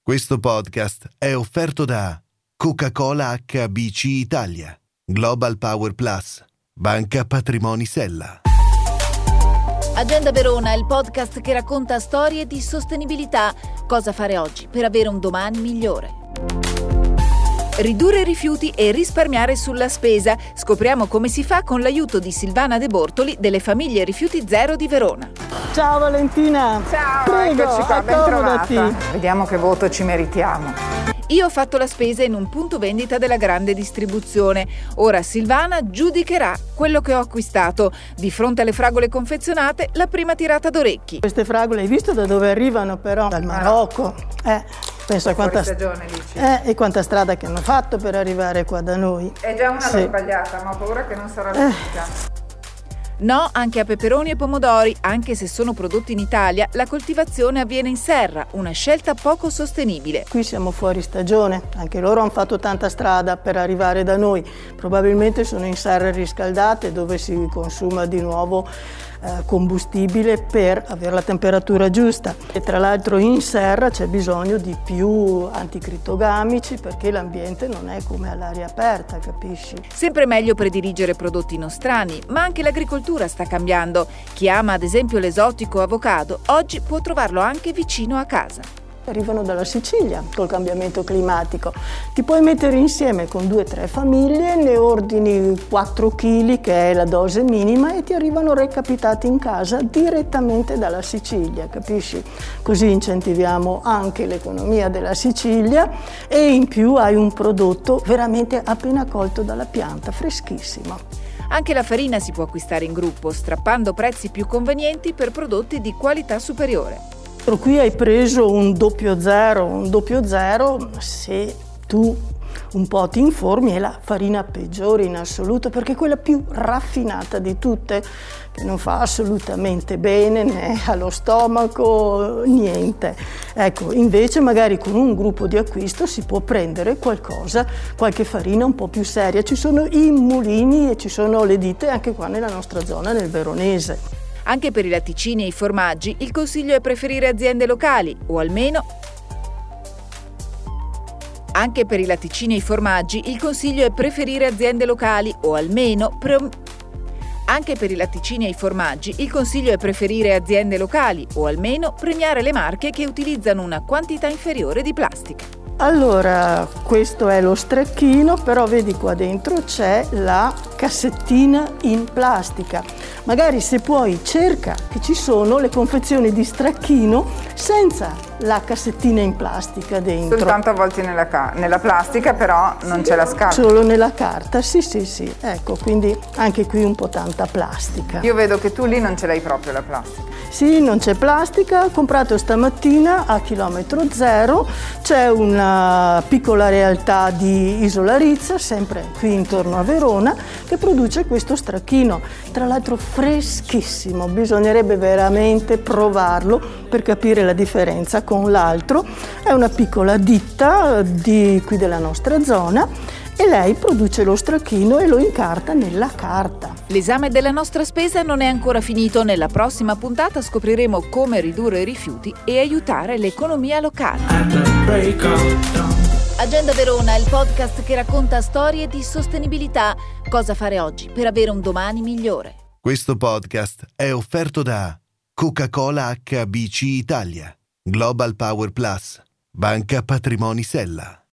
Questo podcast è offerto da Coca-Cola HBC Italia, Global Power Plus, Banca Patrimoni Sella. Agenda Verona, il podcast che racconta storie di sostenibilità. Cosa fare oggi per avere un domani migliore? Ridurre i rifiuti e risparmiare sulla spesa. Scopriamo come si fa con l'aiuto di Silvana De Bortoli delle Famiglie Rifiuti Zero di Verona. Ciao Valentina. Ciao, prego, eccoci qua, ben accomodati. trovata. Vediamo che voto ci meritiamo. Io ho fatto la spesa in un punto vendita della grande distribuzione. Ora Silvana giudicherà quello che ho acquistato. Di fronte alle fragole confezionate, la prima tirata d'orecchi. Queste fragole hai visto da dove arrivano però? Dal Marocco. Pensa quanta stagione, dici? E quanta strada che hanno fatto per arrivare qua da noi. È già una Sì. sbagliata, ma ho paura che non sarà l'unica. No anche a peperoni e pomodori, anche se sono prodotti in Italia, la coltivazione avviene in serra, una scelta poco sostenibile. Qui siamo fuori stagione, anche loro hanno fatto tanta strada per arrivare da noi. Probabilmente sono in serre riscaldate dove si consuma di nuovo combustibile per avere la temperatura giusta. E tra l'altro in serra c'è bisogno di più anticritogamici perché l'ambiente non è come all'aria aperta, capisci? Sempre meglio prediligere prodotti nostrani, ma anche l'agricoltura sta cambiando. Chi ama ad esempio l'esotico avocado, oggi può trovarlo anche vicino a casa. Arrivano dalla Sicilia col cambiamento climatico. Ti puoi mettere insieme con 2-3 famiglie, ne ordini 4 kg che è la dose minima e ti arrivano recapitati in casa direttamente dalla Sicilia, capisci? Così incentiviamo anche l'economia della Sicilia e in più hai un prodotto veramente appena colto dalla pianta, freschissimo. Anche la farina si può acquistare in gruppo, strappando prezzi più convenienti per prodotti di qualità superiore. Qui hai preso un 00, se tu un po' ti informi è la farina peggiore in assoluto perché è quella più raffinata di tutte, che non fa assolutamente bene né allo stomaco, niente. Ecco, invece magari con un gruppo di acquisto si può prendere qualche farina un po' più seria. Ci sono i mulini e ci sono le ditte anche qua nella nostra zona, nel Veronese. Anche per i latticini e i formaggi il consiglio è preferire aziende locali o almeno Anche per i latticini e i formaggi il consiglio è preferire aziende locali o almeno premiare le marche che utilizzano una quantità inferiore di plastica. Allora, questo è lo stracchino, però vedi qua dentro c'è la cassettina in plastica. Magari se puoi cerca che ci sono le confezioni di stracchino senza la cassettina in plastica dentro. Soltanto avvolti nella plastica, però non c'è la scarpa. Solo nella carta, sì. Ecco, quindi anche qui un po' tanta plastica. Io vedo che tu lì non ce l'hai proprio la plastica. Sì, non c'è plastica, ho comprato stamattina a chilometro zero, c'è una piccola realtà di Isola Rizza, sempre qui intorno a Verona, che produce questo stracchino, tra l'altro freschissimo, bisognerebbe veramente provarlo per capire la differenza con l'altro. È una piccola ditta di qui della nostra zona e lei produce lo stracchino e lo incarta nella carta. L'esame della nostra spesa non è ancora finito. Nella prossima puntata scopriremo come ridurre i rifiuti e aiutare l'economia locale. Agenda Verona, il podcast che racconta storie di sostenibilità. Cosa fare oggi per avere un domani migliore? Questo podcast è offerto da Coca-Cola HBC Italia, Global Power Plus, Banca Patrimoni Sella.